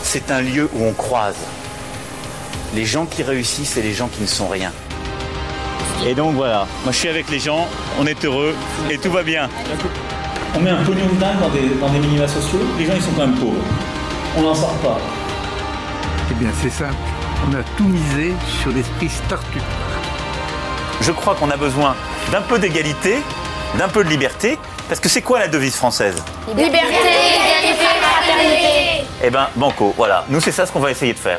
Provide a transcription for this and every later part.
c'est un lieu où on croise les gens qui réussissent et les gens qui ne sont rien. Et donc voilà, moi je suis avec les gens, on est heureux et tout va bien. On met un pognon de dingue dans des minima sociaux, les gens ils sont quand même pauvres. On n'en sort pas. Eh bien c'est simple, on a tout misé sur l'esprit start-up. Je crois qu'on a besoin d'un peu d'égalité, d'un peu de liberté, parce que c'est quoi la devise française ? Liberté, égalité, fraternité. Eh ben banco, voilà, nous c'est ça ce qu'on va essayer de faire.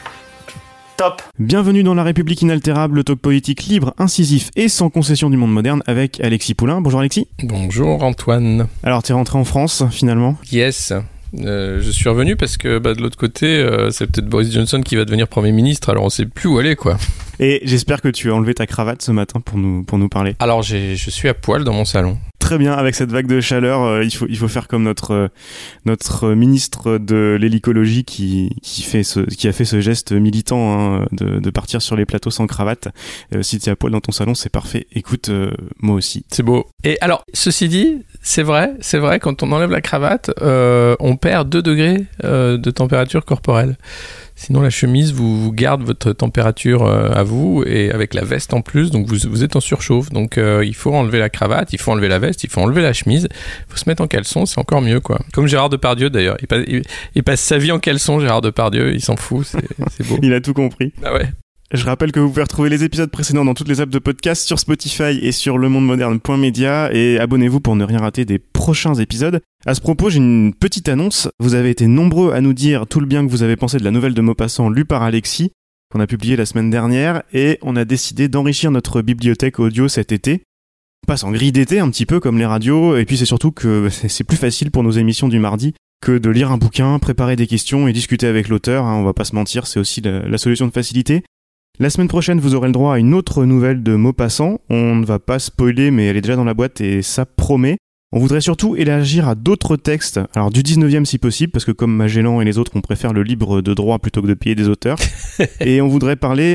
Top. Bienvenue dans La République inaltérable, le talk politique libre, incisif et sans concession du monde moderne avec Alexis Poulain. Bonjour Alexis. Bonjour Antoine. Alors t'es rentré en France finalement ? Yes. Je suis revenu parce que de l'autre côté, c'est peut-être Boris Johnson qui va devenir Premier ministre, alors on sait plus où aller quoi. Et j'espère que tu as enlevé ta cravate ce matin pour nous parler. Alors je suis à poil dans mon salon. Très bien, avec cette vague de chaleur, il faut faire comme notre ministre de l'hélicologie qui a fait ce geste militant de partir sur les plateaux sans cravate. Si t'es à poil dans ton salon, c'est parfait. Écoute, moi aussi. C'est beau. Et alors, ceci dit, c'est vrai, quand on enlève la cravate, on perd 2 degrés de température corporelle. Sinon, la chemise vous garde votre température à vous et avec la veste en plus, donc vous êtes en surchauffe. Donc, il faut enlever la cravate, il faut enlever la veste, il faut enlever la chemise, il faut se mettre en caleçon, c'est encore mieux, quoi. Comme Gérard Depardieu, d'ailleurs. Il passe sa vie en caleçon, Gérard Depardieu, il s'en fout, c'est beau. Il a tout compris. Ah ouais. Je rappelle que vous pouvez retrouver les épisodes précédents dans toutes les apps de podcast sur Spotify et sur lemondemoderne.media et abonnez-vous pour ne rien rater des prochains épisodes. À ce propos, j'ai une petite annonce. Vous avez été nombreux à nous dire tout le bien que vous avez pensé de la nouvelle de Maupassant lue par Alexis, qu'on a publiée la semaine dernière, et on a décidé d'enrichir notre bibliothèque audio cet été. On passe en grille d'été un petit peu comme les radios, et puis c'est surtout que c'est plus facile pour nos émissions du mardi que de lire un bouquin, préparer des questions et discuter avec l'auteur. On va pas se mentir, c'est aussi la solution de facilité. La semaine prochaine, vous aurez le droit à une autre nouvelle de Maupassant. On ne va pas spoiler, mais elle est déjà dans la boîte et ça promet. On voudrait surtout élargir à d'autres textes, alors du 19e si possible, parce que comme Magellan et les autres, on préfère le libre de droit plutôt que de payer des auteurs. Et on voudrait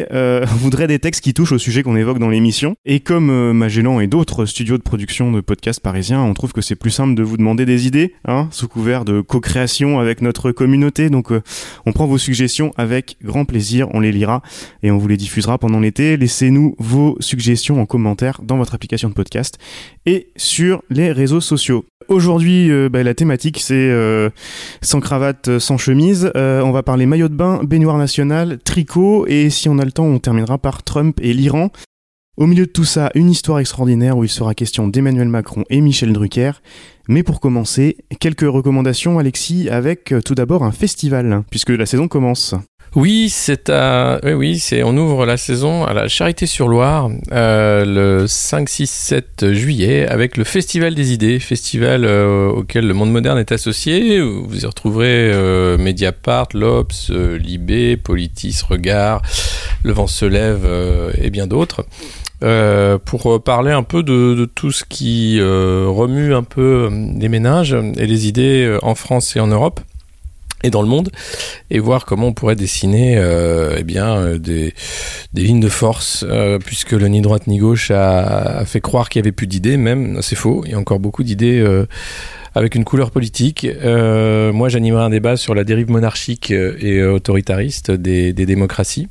des textes qui touchent au sujet qu'on évoque dans l'émission. Et comme Magellan et d'autres studios de production de podcasts parisiens, on trouve que c'est plus simple de vous demander des idées, sous couvert de co-création avec notre communauté. Donc on prend vos suggestions avec grand plaisir, on les lira et on vous les diffusera pendant l'été. Laissez-nous vos suggestions en commentaire dans votre application de podcast et sur les réseaux sociaux. Aujourd'hui, la thématique c'est sans cravate, sans chemise. On va parler maillot de bain, baignoire nationale, tricot et si on a le temps, on terminera par Trump et l'Iran. Au milieu de tout ça, une histoire extraordinaire où il sera question d'Emmanuel Macron et Michel Drucker. Mais pour commencer, quelques recommandations, Alexis, avec tout d'abord un festival, puisque la saison commence. Oui, on ouvre la saison à la Charité-sur-Loire le 5, 6, 7 juillet avec le Festival des idées, festival auquel le monde moderne est associé. Vous y retrouverez Mediapart, l'Obs, Libé, Politis, Regard, Le Vent se lève et bien d'autres. Pour parler un peu de tout ce qui remue un peu les méninges et les idées en France et en Europe et dans le monde, et voir comment on pourrait dessiner des lignes de force, puisque le ni droite ni gauche a fait croire qu'il y avait plus d'idées, même, c'est faux, il y a encore beaucoup d'idées avec une couleur politique. Moi, j'animerai un débat sur la dérive monarchique et autoritariste des démocraties,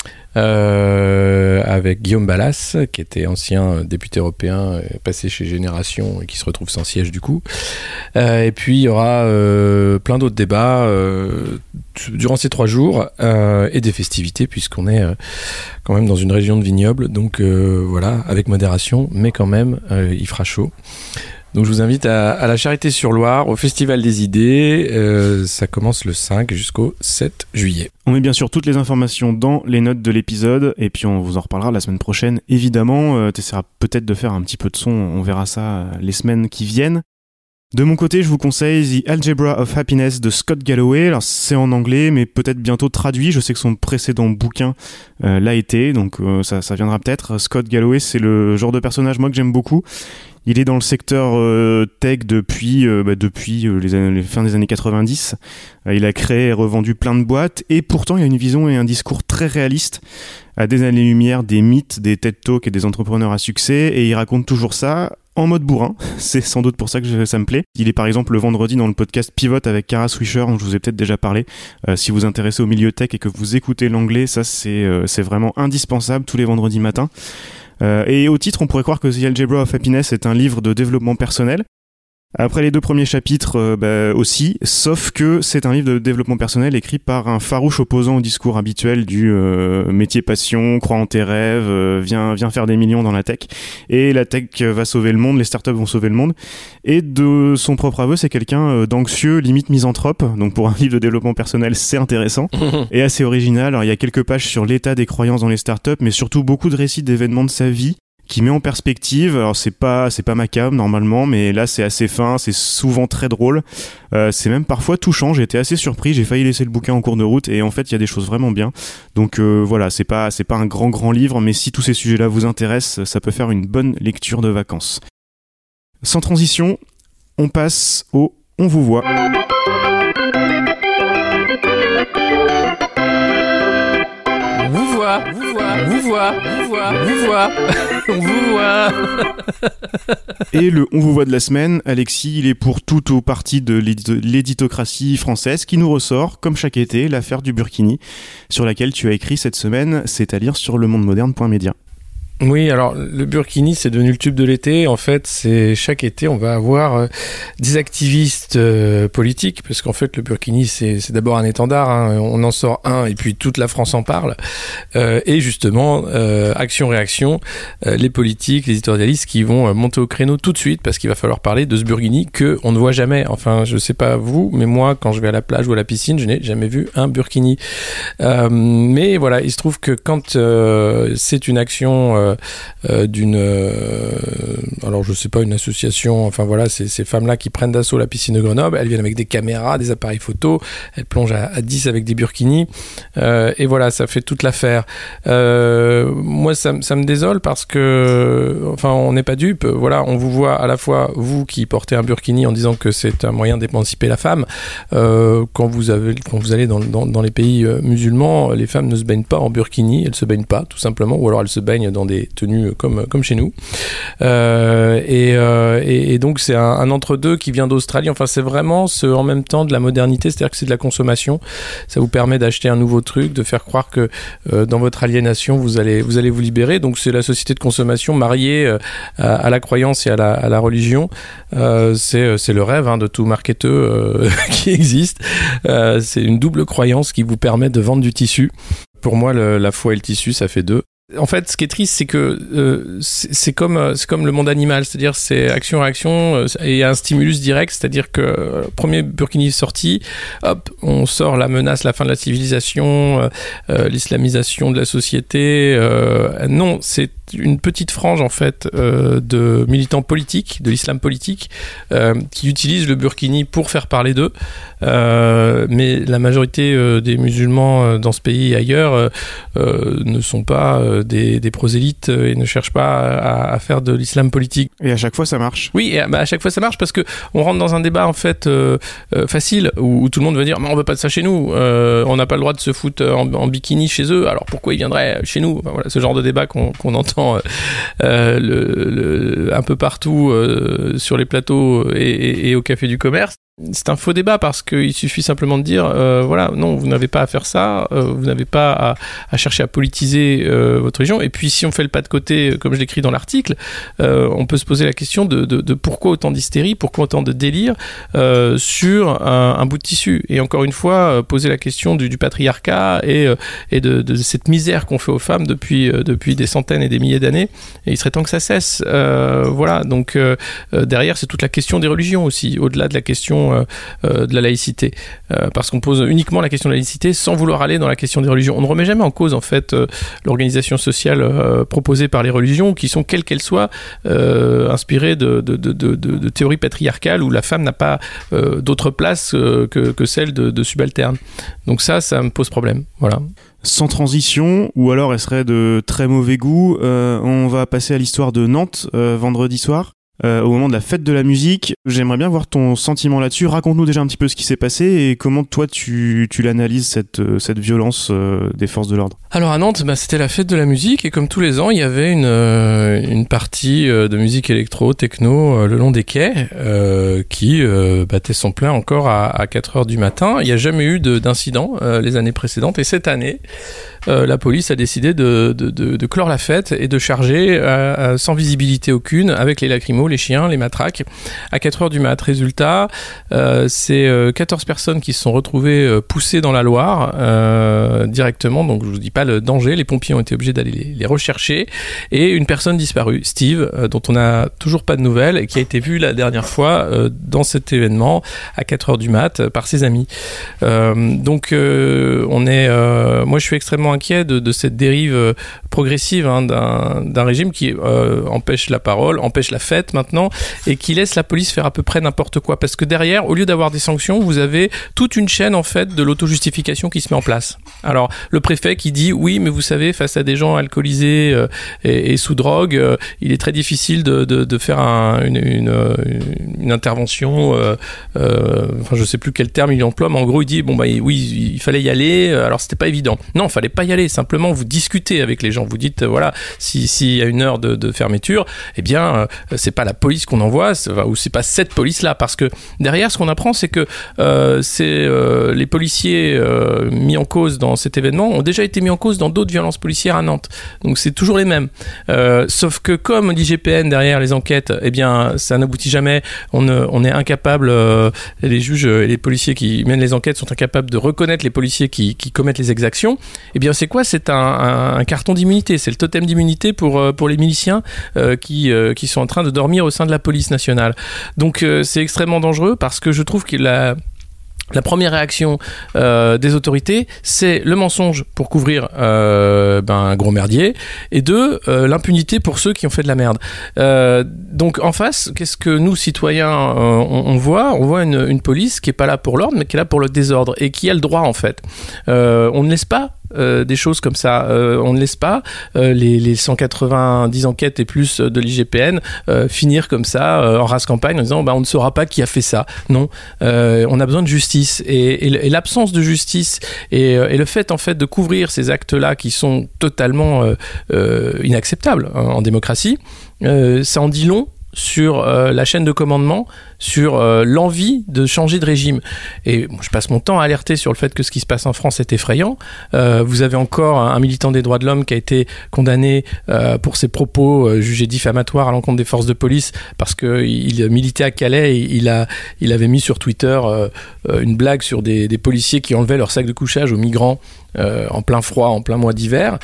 avec Guillaume Balas, qui était ancien député européen, passé chez Génération et qui se retrouve sans siège du coup. Et puis il y aura plein d'autres débats durant ces 3 jours et des festivités puisqu'on est quand même dans une région de vignobles, donc voilà, avec modération, mais quand même il fera chaud. Donc je vous invite à la Charité-sur-Loire, au Festival des idées. Ça commence le 5 jusqu'au 7 juillet. On met bien sûr toutes les informations dans les notes de l'épisode et puis on vous en reparlera la semaine prochaine. Évidemment, t'essaieras peut-être de faire un petit peu de son, on verra ça les semaines qui viennent. De mon côté, je vous conseille The Algebra of Happiness de Scott Galloway. Alors c'est en anglais, mais peut-être bientôt traduit. Je sais que son précédent bouquin l'a été, donc ça viendra peut-être. Scott Galloway, c'est le genre de personnage moi que j'aime beaucoup. Il est dans le secteur tech depuis les fins des années 90. Il a créé et revendu plein de boîtes et pourtant il a une vision et un discours très réaliste à des années-lumière des mythes, des TED Talks et des entrepreneurs à succès, et il raconte toujours ça en mode bourrin, c'est sans doute pour ça que ça me plaît. Il est par exemple le vendredi dans le podcast Pivot avec Kara Swisher, dont je vous ai peut-être déjà parlé. Si vous vous intéressez au milieu tech et que vous écoutez l'anglais, ça c'est vraiment indispensable tous les vendredis matins. Et au titre, on pourrait croire que The Algebra of Happiness est un livre de développement personnel. Après les 2 premiers chapitres aussi, sauf que c'est un livre de développement personnel écrit par un farouche opposant au discours habituel du métier passion, crois en tes rêves, viens faire des millions dans la tech, et la tech va sauver le monde, les startups vont sauver le monde. Et de son propre aveu, c'est quelqu'un d'anxieux, limite misanthrope, donc pour un livre de développement personnel, c'est intéressant et assez original. Alors il y a quelques pages sur l'état des croyances dans les startups, mais surtout beaucoup de récits d'événements de sa vie qui met en perspective. Alors c'est pas ma came normalement, mais là c'est assez fin, c'est souvent très drôle, c'est même parfois touchant. J'ai été assez surpris, j'ai failli laisser le bouquin en cours de route, et en fait il y a des choses vraiment bien. Donc voilà, c'est pas un grand livre, mais si tous ces sujets-là vous intéressent, ça peut faire une bonne lecture de vacances. Sans transition, on passe au On vous voit. On vous voit. Et le On vous voit de la semaine, Alexis, il est pour tout ou partie de l'éditocratie française qui nous ressort, comme chaque été, l'affaire du Burkini, sur laquelle tu as écrit cette semaine, c'est à lire sur lemondemoderne.media. Oui, alors le Burkini, c'est devenu le tube de l'été. En fait, c'est chaque été, on va avoir des activistes politiques, parce qu'en fait, le Burkini, c'est d'abord un étendard. Hein. On en sort un, et puis toute la France en parle. Et justement, action-réaction, les politiques, les éditorialistes qui vont monter au créneau tout de suite, parce qu'il va falloir parler de ce Burkini que on ne voit jamais. Enfin, je sais pas vous, mais moi, quand je vais à la plage ou à la piscine, je n'ai jamais vu un Burkini. Mais voilà, il se trouve que quand c'est une action alors je sais pas, une association, enfin voilà, ces femmes-là qui prennent d'assaut la piscine de Grenoble, elles viennent avec des caméras, des appareils photo, elles plongent à 10 avec des burkinis, et voilà, ça fait toute l'affaire. Moi, ça me désole parce que, enfin, on n'est pas dupes. Voilà, on vous voit à la fois, vous qui portez un burkini en disant que c'est un moyen d'émanciper la femme. Quand vous allez dans les pays musulmans, les femmes ne se baignent pas en burkini, elles se baignent pas, tout simplement, ou alors elles se baignent dans des tenues comme chez nous. Et donc c'est un entre-deux qui vient d'Australie. Enfin, c'est vraiment en même temps de la modernité, c'est-à-dire que c'est de la consommation. Ça vous permet d'acheter un nouveau truc, de faire croire que dans votre aliénation vous allez vous libérer. Donc c'est la société de consommation mariée à la croyance et à la religion. C'est le rêve de tout marketeur qui existe. C'est une double croyance qui vous permet de vendre du tissu. Pour moi, la foi et le tissu, ça fait deux. En fait, ce qui est triste, c'est que c'est comme le monde animal, c'est-à-dire c'est action-réaction et un stimulus direct, c'est-à-dire que premier Burkini sorti, hop, on sort la menace, la fin de la civilisation, l'islamisation de la société. Non, c'est une petite frange en fait de militants politiques, de l'islam politique, qui utilisent le Burkini pour faire parler d'eux. Mais la majorité des musulmans dans ce pays et ailleurs ne sont pas des prosélytes et ne cherchent pas à faire de l'islam politique. Et à chaque fois ça marche. Oui, à chaque fois ça marche parce que on rentre dans un débat en fait facile où tout le monde va dire mais on veut pas de ça chez nous, on n'a pas le droit de se foutre en bikini chez eux, alors pourquoi ils viendraient chez nous? Enfin, voilà, ce genre de débat qu'on entend un peu partout sur les plateaux et au café du commerce. C'est un faux débat parce qu'il suffit simplement de dire voilà, non, vous n'avez pas à faire ça, vous n'avez pas à chercher à politiser votre religion. Et puis si on fait le pas de côté, comme je l'écris dans l'article, on peut se poser la question de pourquoi autant d'hystérie, pourquoi autant de délire sur un bout de tissu. Et encore une fois, poser la question du patriarcat et de cette misère qu'on fait aux femmes depuis des centaines et des milliers d'années. Et il serait temps que ça cesse. Voilà, donc derrière, c'est toute la question des religions aussi, au-delà de la question de la laïcité, parce qu'on pose uniquement la question de la laïcité sans vouloir aller dans la question des religions. On ne remet jamais en cause en fait l'organisation sociale proposée par les religions, qui sont quelles qu'elles soient inspirées de théories patriarcales où la femme n'a pas d'autre place que celle de subalterne. Donc ça me pose problème. Voilà. Sans transition, ou alors elle serait de très mauvais goût, on va passer à l'histoire de Nantes vendredi soir. au moment de la fête de la musique. J'aimerais bien voir ton sentiment là-dessus. Raconte-nous déjà un petit peu ce qui s'est passé et comment toi tu l'analyses cette violence des forces de l'ordre. Alors à Nantes, c'était la fête de la musique et comme tous les ans, il y avait une partie de musique électro, techno le long des quais qui battait son plein encore à 4h du matin. Il n'y a jamais eu d'incident les années précédentes et cette année, la police a décidé de clore la fête et de charger sans visibilité aucune avec les lacrymos, les chiens, les matraques à 4h du mat. Résultat, c'est 14 personnes qui se sont retrouvées poussées dans la Loire directement, donc je vous dis pas le danger, les pompiers ont été obligés d'aller les rechercher et une personne disparue, Steve, dont on n'a toujours pas de nouvelles et qui a été vu la dernière fois dans cet événement à 4h du mat par ses amis. Donc moi je suis extrêmement inquiet de cette dérive progressive d'un régime qui empêche la parole, empêche la fête maintenant et qui laisse la police faire à peu près n'importe quoi parce que derrière, au lieu d'avoir des sanctions, vous avez toute une chaîne en fait de l'auto-justification qui se met en place. Alors le préfet qui dit oui mais vous savez face à des gens alcoolisés et sous drogue, il est très difficile de faire une intervention je sais plus quel terme il emploie mais en gros il dit oui il fallait y aller alors c'était pas évident. Non, il fallait pas y aller, simplement vous discutez avec les gens, vous dites voilà, s'il y a une heure de fermeture, eh bien c'est pas la police qu'on envoie ou c'est pas cette police là parce que derrière ce qu'on apprend c'est que les policiers mis en cause dans cet événement ont déjà été mis en cause dans d'autres violences policières à Nantes, donc c'est toujours les mêmes sauf que comme l'IGPN derrière les enquêtes, eh bien ça n'aboutit jamais, on est incapable, les juges et les policiers qui mènent les enquêtes sont incapables de reconnaître les policiers qui commettent les exactions. Eh bien c'est quoi? C'est un carton d'immunité, c'est le totem d'immunité pour les miliciens qui sont en train de dormir au sein de la police nationale. Donc c'est extrêmement dangereux parce que je trouve que la première réaction des autorités, c'est le mensonge pour couvrir un gros merdier, et deux, l'impunité pour ceux qui ont fait de la merde. Donc en face, qu'est-ce que nous citoyens on voit une police qui est pas là pour l'ordre, mais qui est là pour le désordre et qui a le droit en fait. On ne laisse pas des choses comme ça. On ne laisse pas les 190 enquêtes et plus de l'IGPN finir comme ça en race campagne en disant on ne saura pas qui a fait ça. Non, on a besoin de justice et l'absence de justice et le fait en fait de couvrir ces actes-là qui sont totalement inacceptables en démocratie, ça en dit long sur la chaîne de commandement, sur l'envie de changer de régime. Et je passe mon temps à alerter sur le fait que ce qui se passe en France est effrayant. Vous avez encore un militant des droits de l'homme qui a été condamné pour ses propos jugés diffamatoires à l'encontre des forces de police parce qu'il militait à Calais et il avait mis sur Twitter une blague sur des policiers qui enlevaient leur sac de couchage aux migrants en plein froid, en plein mois d'hiver.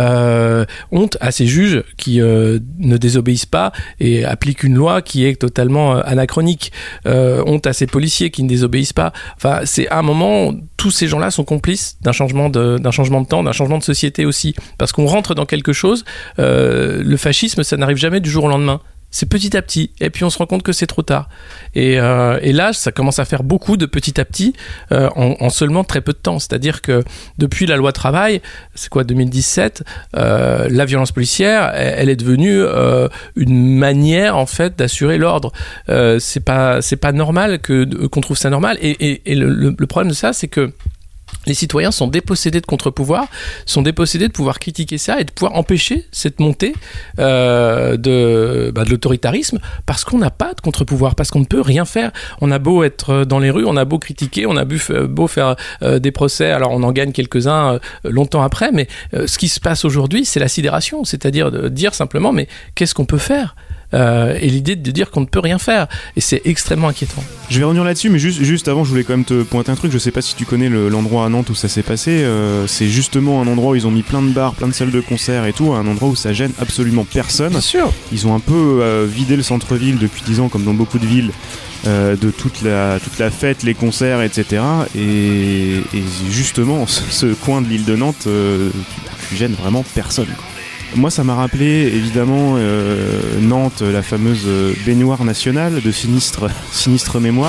Honte à ces juges qui ne désobéissent pas et appliquent une loi qui est totalement anachronique. Honte à ces policiers qui ne désobéissent pas. Enfin, c'est à un moment, tous ces gens-là sont complices d'un changement de temps, d'un changement de société aussi. Parce qu'on rentre dans quelque chose, le fascisme, ça n'arrive jamais du jour au lendemain. C'est petit à petit, et puis on se rend compte que c'est trop tard. Et là, ça commence à faire beaucoup de petit à petit en seulement très peu de temps. C'est-à-dire que depuis la loi travail, c'est quoi, 2017, la violence policière, elle est devenue une manière en fait d'assurer l'ordre. C'est pas normal qu'on trouve ça normal. Et le problème de ça, c'est que les citoyens sont dépossédés de contre-pouvoir, sont dépossédés de pouvoir critiquer ça et de pouvoir empêcher cette montée de l'autoritarisme parce qu'on n'a pas de contre-pouvoir, parce qu'on ne peut rien faire. On a beau être dans les rues, on a beau critiquer, on a beau faire des procès, alors on en gagne quelques-uns longtemps après, mais ce qui se passe aujourd'hui, c'est la sidération, c'est-à-dire de dire simplement, mais qu'est-ce qu'on peut faire ? Et l'idée de dire qu'on ne peut rien faire, et c'est extrêmement inquiétant. Je vais revenir là-dessus, mais juste avant je voulais quand même te pointer un truc. Je sais pas si tu connais l'endroit à Nantes où ça s'est passé. C'est justement un endroit où ils ont mis plein de bars, plein de salles de concert et tout, un endroit où ça gêne absolument personne. Bien sûr. Ils ont un peu vidé le centre-ville depuis 10 ans, comme dans beaucoup de villes, de toute la fête, les concerts, etc. Et justement ce coin de l'île de Nantes tu gênes vraiment personne. Moi, ça m'a rappelé évidemment Nantes, la fameuse baignoire nationale de sinistre mémoire.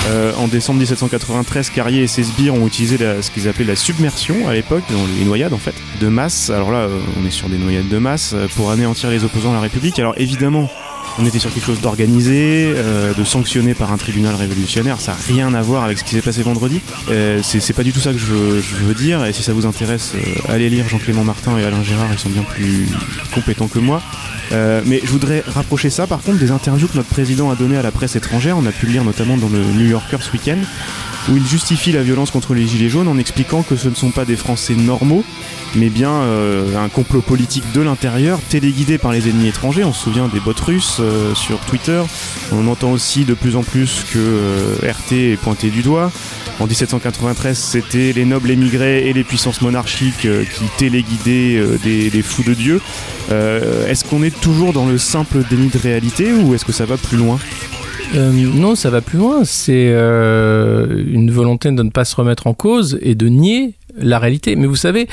En décembre 1793, Carrier et ses sbires ont utilisé ce qu'ils appelaient la submersion à l'époque, dans les noyades en fait, de masse. Alors là, on est sur des noyades de masse pour anéantir les opposants à la République. Alors évidemment, on était sur quelque chose d'organisé, de sanctionné par un tribunal révolutionnaire. Ça n'a rien à voir avec ce qui s'est passé vendredi. C'est pas du tout ça que je veux dire. Et si ça vous intéresse, allez lire Jean-Clément Martin et Alain Gérard, ils sont bien plus compétents que moi. Mais je voudrais rapprocher ça par contre des interviews que notre président a données à la presse étrangère. On a pu le lire notamment dans le New Yorker ce week-end, où il justifie la violence contre les gilets jaunes en expliquant que ce ne sont pas des Français normaux, mais bien un complot politique de l'intérieur, téléguidé par les ennemis étrangers. On se souvient des bots russes sur Twitter. On entend aussi de plus en plus que RT est pointé du doigt. En 1793, c'était les nobles émigrés et les puissances monarchiques qui téléguidaient des fous de Dieu. Est-ce qu'on est toujours dans le simple déni de réalité ou est-ce que ça va plus loin ? Non, ça va plus loin. C'est une volonté de ne pas se remettre en cause et de nier la réalité. Mais vous savez,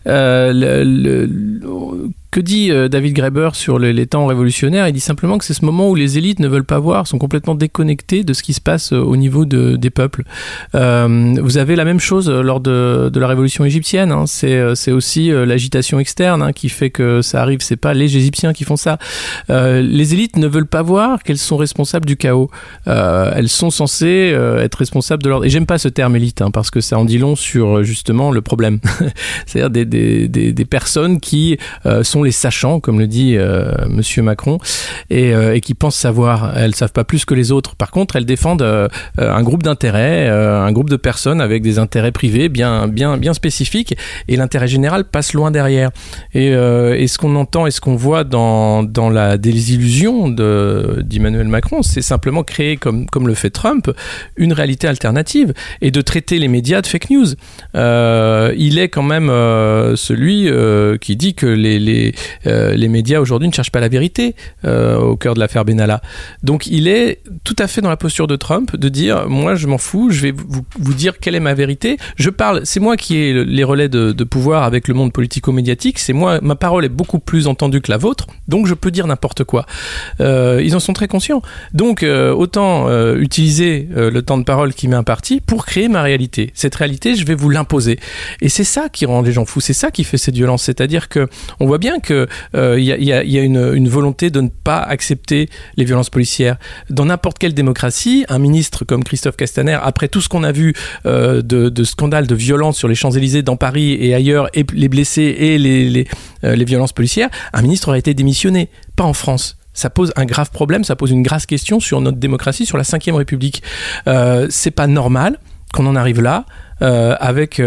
que dit David Graeber sur les temps révolutionnaires ? Il dit simplement que c'est ce moment où les élites ne veulent pas voir, sont complètement déconnectées de ce qui se passe au niveau des peuples. Vous avez la même chose lors de la révolution égyptienne. Hein. C'est aussi l'agitation externe qui fait que ça arrive. C'est pas les Égyptiens qui font ça. Les élites ne veulent pas voir qu'elles sont responsables du chaos. Elles sont censées être responsables de l'ordre. Et j'aime pas ce terme élite parce que ça en dit long sur justement le problème. C'est-à-dire des personnes qui sont les sachants, comme le dit Monsieur Macron, et qui pensent savoir. Elles savent pas plus que les autres. Par contre, elles défendent un groupe d'intérêts, un groupe de personnes avec des intérêts privés bien spécifiques, et l'intérêt général passe loin derrière. Et ce qu'on entend et ce qu'on voit dans la désillusion d'Emmanuel Macron, c'est simplement créer, comme le fait Trump, une réalité alternative et de traiter les médias de fake news. Il est quand même celui qui dit que les médias aujourd'hui ne cherchent pas la vérité au cœur de l'affaire Benalla. Donc il est tout à fait dans la posture de Trump de dire moi je m'en fous, je vais vous dire quelle est ma vérité. Je parle, c'est moi qui ai les relais de pouvoir avec le monde politico-médiatique, c'est moi, ma parole est beaucoup plus entendue que la vôtre, donc je peux dire n'importe quoi. Ils en sont très conscients. Donc autant utiliser le temps de parole qui m'est imparti pour créer ma réalité. Cette réalité, je vais vous l'imposer. Et c'est ça qui rend les gens fous, c'est ça qui fait cette violence. C'est-à-dire que on voit bien que y a une volonté de ne pas accepter les violences policières. Dans n'importe quelle démocratie, un ministre comme Christophe Castaner, après tout ce qu'on a vu de scandales de violence sur les Champs-Élysées, dans Paris et ailleurs, et les blessés et les violences policières, un ministre aurait été démissionné, pas en France. Ça pose un grave problème, ça pose une grave question sur notre démocratie, sur la Ve République. C'est pas normal qu'on en arrive là. Avec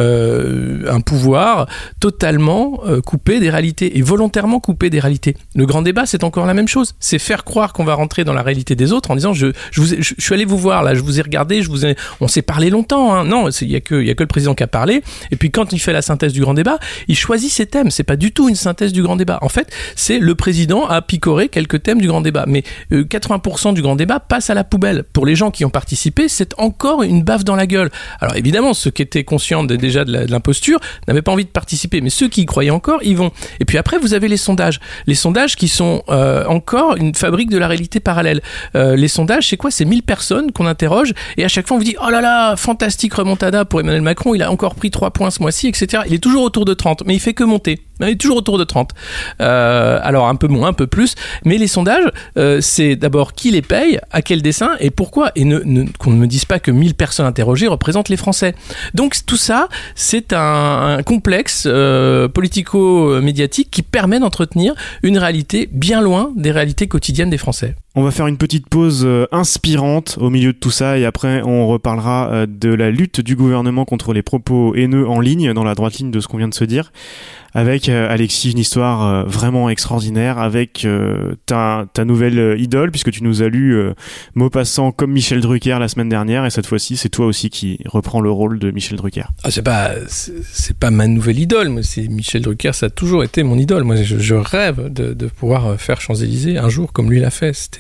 un pouvoir totalement coupé des réalités et volontairement coupé des réalités. Le grand débat, c'est encore la même chose. C'est faire croire qu'on va rentrer dans la réalité des autres en disant je suis allé vous voir là, je vous ai regardé, on s'est parlé longtemps. Hein. Non, il y a que le président qui a parlé. Et puis quand il fait la synthèse du grand débat, il choisit ses thèmes. C'est pas du tout une synthèse du grand débat. En fait, c'est le président a picoré quelques thèmes du grand débat. Mais 80% du grand débat passe à la poubelle. Pour les gens qui ont participé, c'est encore une baffe dans la gueule. Alors évidemment, ceux qui étaient conscients déjà de l'imposture n'avaient pas envie de participer, mais ceux qui y croyaient encore, ils vont. Et puis après, vous avez les sondages qui sont encore une fabrique de la réalité parallèle. Les sondages, c'est quoi ? C'est 1000 personnes qu'on interroge, et à chaque fois on vous dit oh là là, fantastique remontada pour Emmanuel Macron, il a encore pris 3 points ce mois-ci, etc. Il est toujours autour de 30, mais il fait que monter. Il est toujours autour de 30. Alors un peu moins, un peu plus, mais les sondages, c'est d'abord qui les paye, à quel dessein et pourquoi, et qu'on ne me dise pas que 1000 personnes interrogées représentent les Français. Donc tout ça, c'est un complexe politico-médiatique qui permet d'entretenir une réalité bien loin des réalités quotidiennes des Français. On va faire une petite pause inspirante au milieu de tout ça et après on reparlera de la lutte du gouvernement contre les propos haineux en ligne, dans la droite ligne de ce qu'on vient de se dire. Avec Alexis, une histoire vraiment extraordinaire avec ta nouvelle idole, puisque tu nous as lu Maupassant comme Michel Drucker la semaine dernière, et cette fois-ci c'est toi aussi qui reprends le rôle de Michel Drucker. Ah, c'est pas ma nouvelle idole, mais c'est Michel Drucker, ça a toujours été mon idole. Moi je rêve de pouvoir faire Champs-Élysées un jour comme lui l'a fait.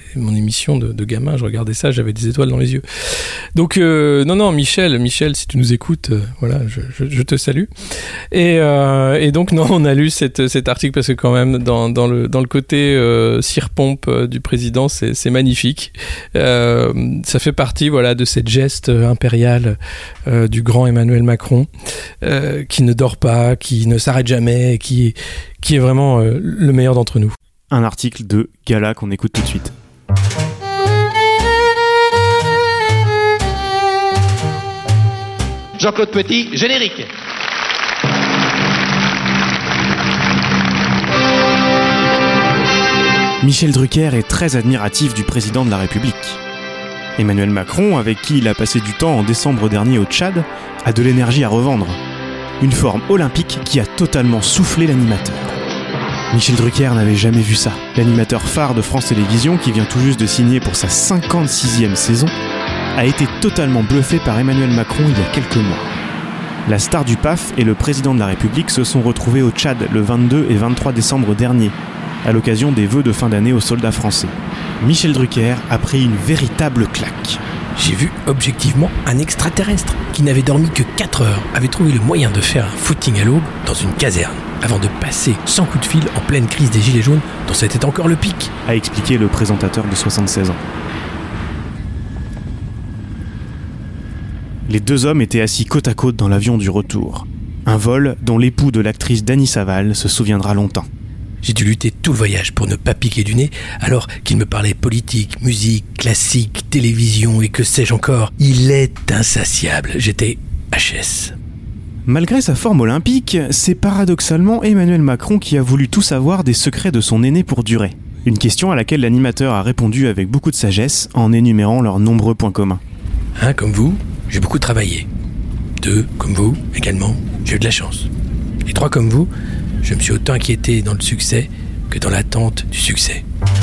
mon émission de gamin, je regardais ça, j'avais des étoiles dans les yeux. Donc non, Michel, si tu nous écoutes, voilà, je te salue. Et donc non, on a lu cet article parce que quand même dans le côté cire-pompe du président, c'est magnifique. Ça fait partie, voilà, de cette geste impériale du grand Emmanuel Macron, qui ne dort pas, qui ne s'arrête jamais, qui est vraiment le meilleur d'entre nous. Un article de Gala qu'on écoute tout de suite. Jean-Claude Petit, générique. Michel Drucker est très admiratif du président de la République. Emmanuel Macron, avec qui il a passé du temps en décembre dernier au Tchad, a de l'énergie à revendre. Une forme olympique qui a totalement soufflé l'animateur. Michel Drucker n'avait jamais vu ça. L'animateur phare de France Télévisions, qui vient tout juste de signer pour sa 56e saison, a été totalement bluffé par Emmanuel Macron il y a quelques mois. La star du PAF et le président de la République se sont retrouvés au Tchad le 22 et 23 décembre dernier, à l'occasion des vœux de fin d'année aux soldats français. Michel Drucker a pris une véritable claque. J'ai vu objectivement un extraterrestre qui n'avait dormi que 4 heures, avait trouvé le moyen de faire un footing à l'aube dans une caserne, avant de passer sans coup de fil en pleine crise des gilets jaunes, dont c'était encore le pic, a expliqué le présentateur de 76 ans. Les deux hommes étaient assis côte à côte dans l'avion du retour. Un vol dont l'époux de l'actrice Dany Saval se souviendra longtemps. J'ai dû lutter tout le voyage pour ne pas piquer du nez, alors qu'il me parlait politique, musique, classique, télévision et que sais-je encore. Il est insatiable. J'étais HS. Malgré sa forme olympique, c'est paradoxalement Emmanuel Macron qui a voulu tout savoir des secrets de son aîné pour durer. Une question à laquelle l'animateur a répondu avec beaucoup de sagesse en énumérant leurs nombreux points communs. 1, comme vous, j'ai beaucoup travaillé. 2, comme vous, également, j'ai eu de la chance. Et 3, comme vous, je me suis autant inquiété dans le succès que dans l'attente du succès.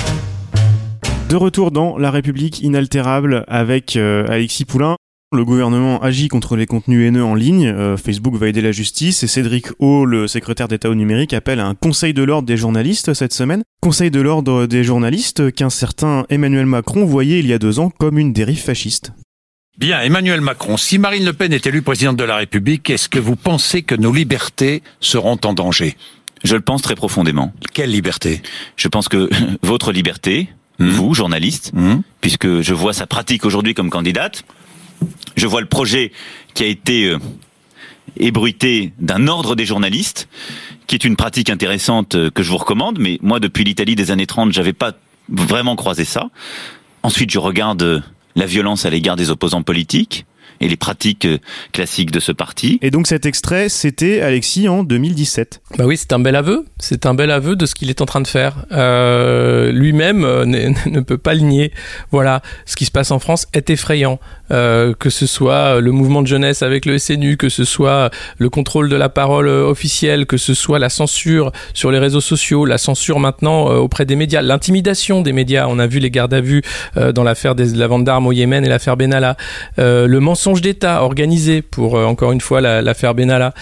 De retour dans La République inaltérable avec Alexis Poulain. Le gouvernement agit contre les contenus haineux en ligne. Facebook va aider la justice et Cédric O, le secrétaire d'État au numérique, appelle à un conseil de l'ordre des journalistes cette semaine. Conseil de l'ordre des journalistes qu'un certain Emmanuel Macron voyait il y a 2 ans comme une dérive fasciste. Bien, Emmanuel Macron, si Marine Le Pen est élue présidente de la République, est-ce que vous pensez que nos libertés seront en danger ? Je le pense très profondément. Quelle liberté ? Je pense que votre liberté, vous, journaliste, puisque je vois sa pratique aujourd'hui comme candidate, je vois le projet qui a été ébruité d'un ordre des journalistes, qui est une pratique intéressante que je vous recommande, mais moi, depuis l'Italie des années 30, j'avais pas vraiment croisé ça. Ensuite, je regarde la violence à l'égard des opposants politiques et les pratiques classiques de ce parti. Et donc cet extrait, c'était Alexis en 2017. Bah oui, c'est un bel aveu. C'est un bel aveu de ce qu'il est en train de faire. Lui-même ne peut pas le nier. Voilà, ce qui se passe en France est effrayant. Que ce soit le mouvement de jeunesse avec le SNU, que ce soit le contrôle de la parole officielle, que ce soit la censure sur les réseaux sociaux, la censure maintenant auprès des médias, l'intimidation des médias. On a vu les gardes à vue dans l'affaire de la vente d'armes au Yémen et l'affaire Benalla. Le mensonge d'État organisé pour, encore une fois, l'affaire Benalla.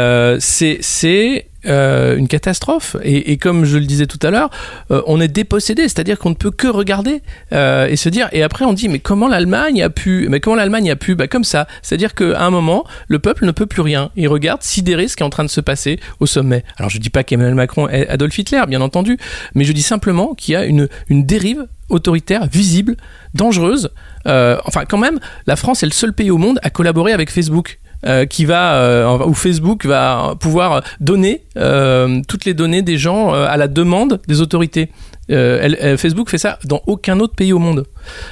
C'est une catastrophe et comme je le disais tout à l'heure, on est dépossédé, c'est-à-dire qu'on ne peut que regarder et se dire, et après on dit mais comment l'Allemagne a pu comme ça, c'est-à-dire qu'à un moment le peuple ne peut plus rien, il regarde sidéré ce qui est en train de se passer au sommet. Alors je dis pas qu'Emmanuel Macron est Adolf Hitler, bien entendu, mais je dis simplement qu'il y a une dérive autoritaire, visible, dangereuse. Enfin quand même, la France est le seul pays au monde à collaborer avec Facebook. Où Facebook va pouvoir donner toutes les données des gens à la demande des autorités. Facebook fait ça dans aucun autre pays au monde.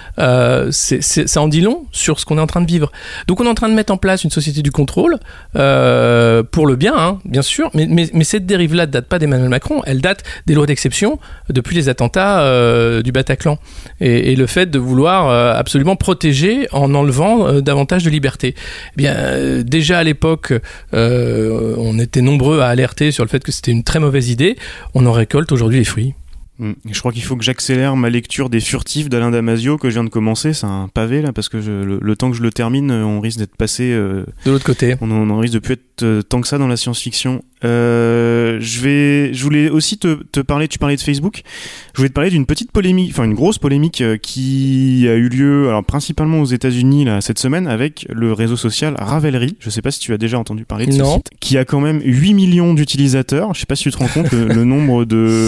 Ça en dit long sur ce qu'on est en train de vivre. Donc on est en train de mettre en place une société du contrôle pour le bien, hein, bien sûr, mais cette dérive-là ne date pas d'Emmanuel Macron, elle date des lois d'exception depuis les attentats du Bataclan et le fait de vouloir absolument protéger en enlevant davantage de liberté. Eh bien, déjà à l'époque, on était nombreux à alerter sur le fait que c'était une très mauvaise idée. On en récolte aujourd'hui les fruits. Je crois qu'il faut que j'accélère ma lecture des Furtifs d'Alain Damasio que je viens de commencer. C'est un pavé là parce que le temps que je le termine, on risque d'être passé de l'autre côté. On risque de plus être tant que ça dans la science-fiction. Je voulais aussi te parler, tu parlais de Facebook, je voulais te parler d'une petite polémique, enfin une grosse polémique qui a eu lieu, alors principalement aux États-Unis là, cette semaine, avec le réseau social Ravelry. Je sais pas si tu as déjà entendu parler de ce site, qui a quand même 8 millions d'utilisateurs. Je sais pas si tu te rends compte le nombre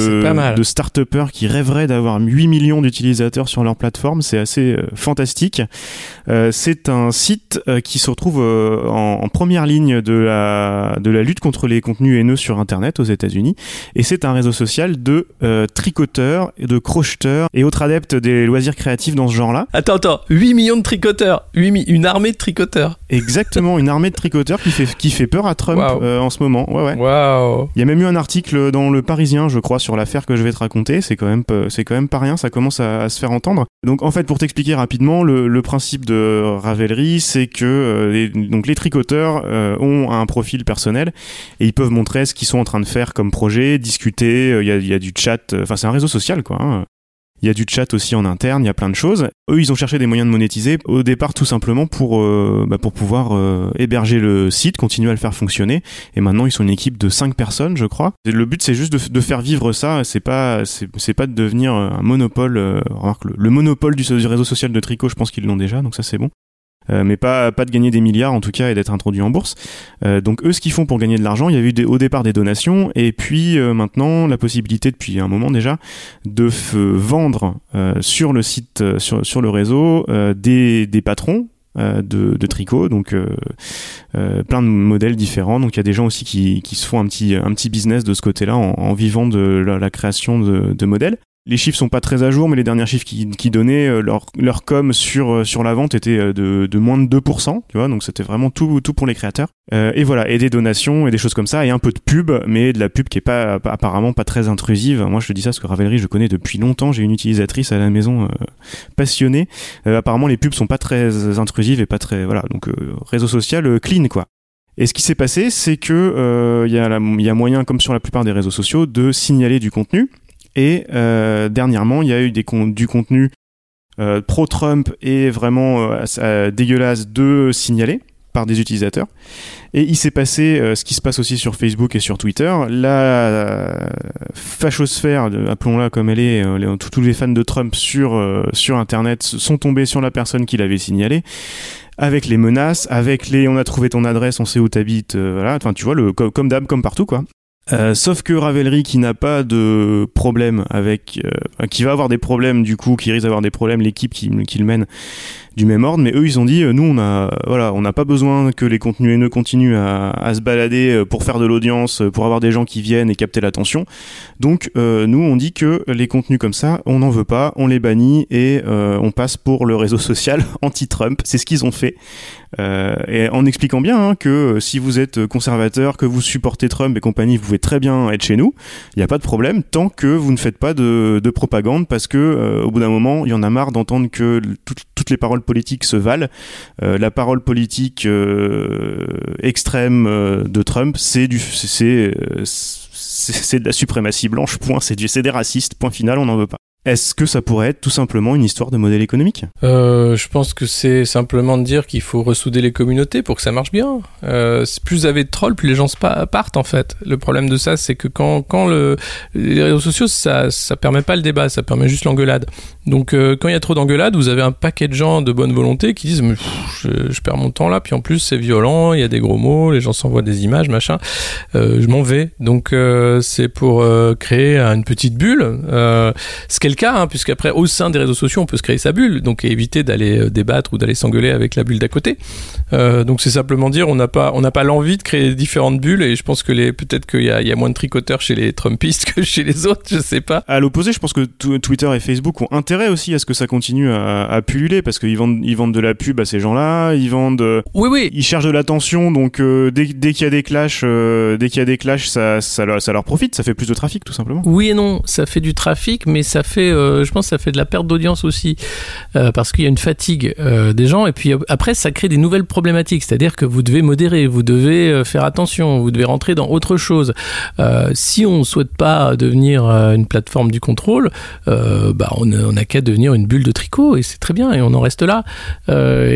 de start-upers qui rêveraient d'avoir 8 millions d'utilisateurs sur leur plateforme, c'est assez fantastique. C'est un site qui se retrouve en première ligne de la lutte contre les contenus haineux sur Internet aux États-Unis, et c'est un réseau social de tricoteurs, de crocheteurs et autres adeptes des loisirs créatifs dans ce genre-là. Attends, 8 millions de tricoteurs, une armée de tricoteurs. Exactement, une armée de tricoteurs qui fait peur à Trump en ce moment. Ouais. Wow. Il y a même eu un article dans Le Parisien, je crois, sur l'affaire que je vais te raconter. C'est quand même pas rien, ça commence à se faire entendre. Donc en fait, pour t'expliquer rapidement, le principe de Ravelry, c'est que les tricoteurs ont un profil personnel et ils peuvent montrer ce qu'ils sont en train de faire comme projet, discuter, il y a du chat, enfin c'est un réseau social quoi, hein. Il y a du chat aussi en interne, il y a plein de choses. Eux, ils ont cherché des moyens de monétiser au départ tout simplement pour pouvoir héberger le site, continuer à le faire fonctionner. Et maintenant, ils sont une équipe de 5 personnes, je crois. Et le but, c'est juste de faire vivre ça. C'est pas de devenir un monopole. Remarque, le monopole du réseau social de tricot, je pense qu'ils l'ont déjà, donc ça c'est bon. Mais pas de gagner des milliards en tout cas et d'être introduit en bourse. Donc eux, ce qu'ils font pour gagner de l'argent, il y a eu au départ des donations et puis maintenant la possibilité depuis un moment déjà de vendre sur le site, sur le réseau des patrons de tricot, donc plein de modèles différents. Donc il y a des gens aussi qui se font un petit business de ce côté-là en vivant de la création de modèles. Les chiffres sont pas très à jour, mais les derniers chiffres qui donnaient leur com sur la vente étaient de moins de 2%, tu vois, donc c'était vraiment tout pour les créateurs. Et voilà, et des donations et des choses comme ça, et un peu de pub, mais de la pub qui est apparemment pas très intrusive. Moi je te dis ça parce que Ravelry je connais depuis longtemps, j'ai une utilisatrice à la maison passionnée. Apparemment les pubs sont pas très intrusives et pas très, voilà, donc réseau social clean quoi. Et ce qui s'est passé, c'est que il y a moyen, comme sur la plupart des réseaux sociaux, de signaler du contenu. Et dernièrement, il y a eu du contenu pro-Trump et vraiment dégueulasse de signaler par des utilisateurs. Et il s'est passé ce qui se passe aussi sur Facebook et sur Twitter. La fachosphère, appelons-la comme elle est, tous les fans de Trump sur Internet sont tombés sur la personne qui l'avait signalé, avec les menaces, avec les « on a trouvé ton adresse, on sait où t'habites », voilà. Enfin, tu vois, comme d'hab, comme partout, quoi. Sauf que Ravelry, qui n'a pas de problème qui va avoir des problèmes du coup, qui risque d'avoir des problèmes, l'équipe qui le mène du même ordre, mais eux ils ont dit nous on n'a pas besoin que les contenus haineux continuent à se balader pour faire de l'audience, pour avoir des gens qui viennent et capter l'attention. Donc nous on dit que les contenus comme ça on n'en veut pas, on les bannit et on passe pour le réseau social anti-Trump. C'est ce qu'ils ont fait. Et en expliquant bien que si vous êtes conservateur, que vous supportez Trump et compagnie, vous pouvez très bien être chez nous, il n'y a pas de problème tant que vous ne faites pas de propagande, parce que au bout d'un moment il y en a marre d'entendre que toutes les paroles politiques se valent. La parole politique extrême de Trump, c'est de la suprématie blanche, point, c'est des racistes, point final, on n'en veut pas. Est-ce que ça pourrait être tout simplement une histoire de modèle économique ? Je pense que c'est simplement de dire qu'il faut ressouder les communautés pour que ça marche bien. Plus vous avez de trolls, plus les gens partent en fait. Le problème de ça, c'est que quand les réseaux sociaux, ça permet pas le débat, ça permet juste l'engueulade. Donc quand il y a trop d'engueulades, vous avez un paquet de gens de bonne volonté qui disent mais je perds mon temps là, puis en plus c'est violent, il y a des gros mots, les gens s'envoient des images, machin. Je m'en vais. Donc c'est pour créer une petite bulle. Ce qu'est le cas, puisqu'après au sein des réseaux sociaux on peut se créer sa bulle, donc éviter d'aller débattre ou d'aller s'engueuler avec la bulle d'à côté. Donc c'est simplement dire on n'a pas l'envie de créer différentes bulles, et je pense que peut-être qu'il y a moins de tricoteurs chez les Trumpistes que chez les autres, je sais pas. À l'opposé, je pense que Twitter et Facebook ont intérêt aussi à ce que ça continue à pulluler, parce qu'ils vendent de la pub à ces gens-là, ils cherchent de l'attention, donc dès qu'il y a des clashs, ça leur profite, ça fait plus de trafic tout simplement. Oui et non, ça fait du trafic, mais ça fait je pense que ça fait de la perte d'audience aussi, parce qu'il y a une fatigue des gens, et puis après ça crée des nouvelles problématiques, c'est-à-dire que vous devez modérer, vous devez faire attention, vous devez rentrer dans autre chose. Si on ne souhaite pas devenir une plateforme du contrôle, on n'a qu'à devenir une bulle de tricot, et c'est très bien, et on en reste là. Et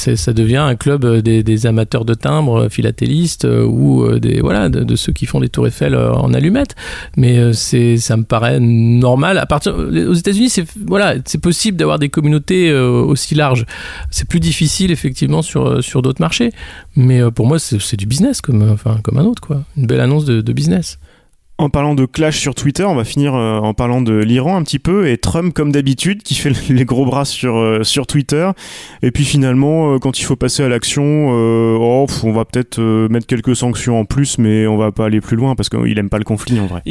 ça devient un club des amateurs de timbres, philatélistes ou de ceux qui font des tours Eiffel en allumettes. Mais ça me paraît normal. Aux États-Unis, c'est possible d'avoir des communautés aussi larges. C'est plus difficile effectivement sur d'autres marchés. Mais pour moi, c'est du business comme un autre, quoi. Une belle annonce de business. En parlant de clash sur Twitter, on va finir en parlant de l'Iran un petit peu, et Trump comme d'habitude qui fait les gros bras sur Twitter, et puis finalement quand il faut passer à l'action, on va peut-être mettre quelques sanctions en plus, mais on va pas aller plus loin parce qu'il aime pas le conflit en vrai.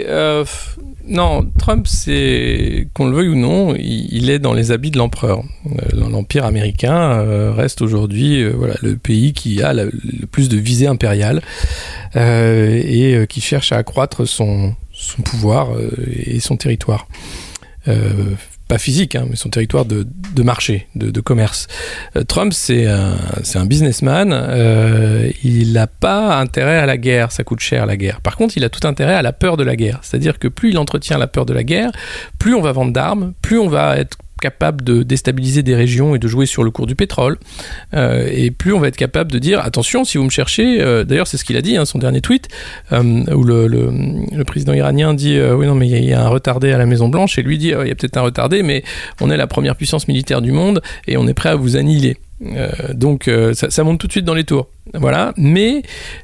Non, Trump, c'est, qu'on le veuille ou non, il est dans les habits de l'empereur. L'Empire américain reste aujourd'hui le pays qui a le plus de visée impériale et qui cherche à accroître son pouvoir et son territoire. Pas physique, mais son territoire de marché, de commerce. Trump, c'est un businessman. Il n'a pas intérêt à la guerre, ça coûte cher la guerre. Par contre, il a tout intérêt à la peur de la guerre. C'est-à-dire que plus il entretient la peur de la guerre, plus on va vendre d'armes, plus on va être capable de déstabiliser des régions et de jouer sur le cours du pétrole, et plus on va être capable de dire attention, si vous me cherchez, d'ailleurs c'est ce qu'il a dit, son dernier tweet, où le président iranien dit oui non mais il y a un retardé à la Maison Blanche, et lui dit il y a peut-être un retardé, mais on est la première puissance militaire du monde et on est prêt à vous annihiler. Donc ça monte tout de suite dans les tours. Voilà. Mais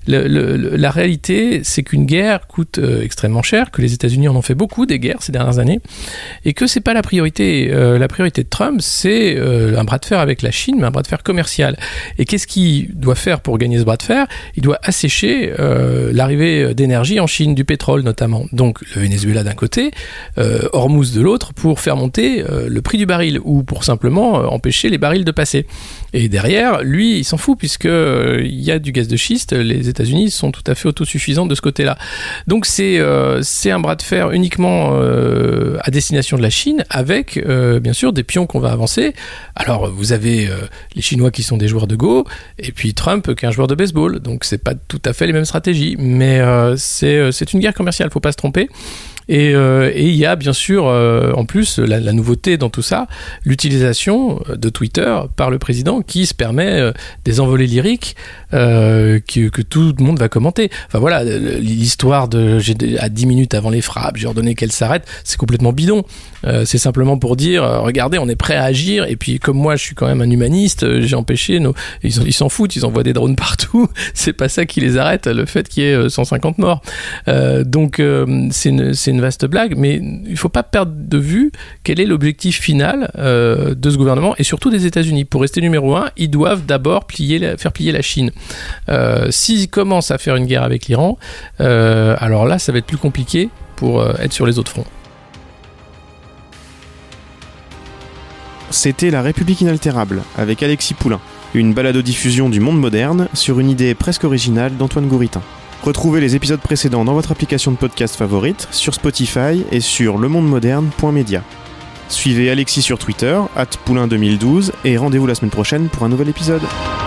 la réalité, c'est qu'une guerre coûte extrêmement cher, que les États-Unis en ont fait beaucoup des guerres ces dernières années, et que c'est pas la priorité. La priorité de Trump, c'est un bras de fer avec la Chine, mais un bras de fer commercial. Et qu'est-ce qu'il doit faire pour gagner ce bras de fer ? Il doit assécher l'arrivée d'énergie en Chine, du pétrole notamment. Donc le Venezuela d'un côté, Hormuz de l'autre, pour faire monter le prix du baril, ou pour simplement empêcher les barils de passer. Et derrière, lui, il s'en fout, puisque il y a du gaz de schiste. Les États-Unis sont tout à fait autosuffisants de ce côté-là. Donc c'est un bras de fer uniquement à destination de la Chine, avec bien sûr des pions qu'on va avancer. Alors vous avez les Chinois qui sont des joueurs de Go, et puis Trump qui est un joueur de baseball. Donc c'est pas tout à fait les mêmes stratégies, mais c'est une guerre commerciale, faut pas se tromper. Et il y a bien sûr en plus la nouveauté dans tout ça, l'utilisation de Twitter par le président, qui se permet des envolées lyriques que tout le monde va commenter. Enfin voilà, l'histoire à 10 minutes avant les frappes, j'ai ordonné qu'elles s'arrêtent, c'est complètement bidon. C'est simplement pour dire regardez, on est prêt à agir, et puis comme moi je suis quand même un humaniste, j'ai empêché ils s'en foutent, ils envoient des drones partout, c'est pas ça qui les arrête, le fait qu'il y ait 150 morts. Donc c'est une vaste blague, mais il faut pas perdre de vue quel est l'objectif final de ce gouvernement, et surtout des États-Unis. Pour rester numéro 1, ils doivent d'abord faire plier la Chine. S'ils commencent à faire une guerre avec l'Iran, alors là ça va être plus compliqué pour être sur les autres fronts. C'était La République inaltérable, avec Alexis Poulain, une balado-diffusion du monde moderne sur une idée presque originale d'Antoine Gouritin. Retrouvez les épisodes précédents dans votre application de podcast favorite, sur Spotify et sur lemondemoderne.media. Suivez Alexis sur Twitter, @poulain2012, et rendez-vous la semaine prochaine pour un nouvel épisode.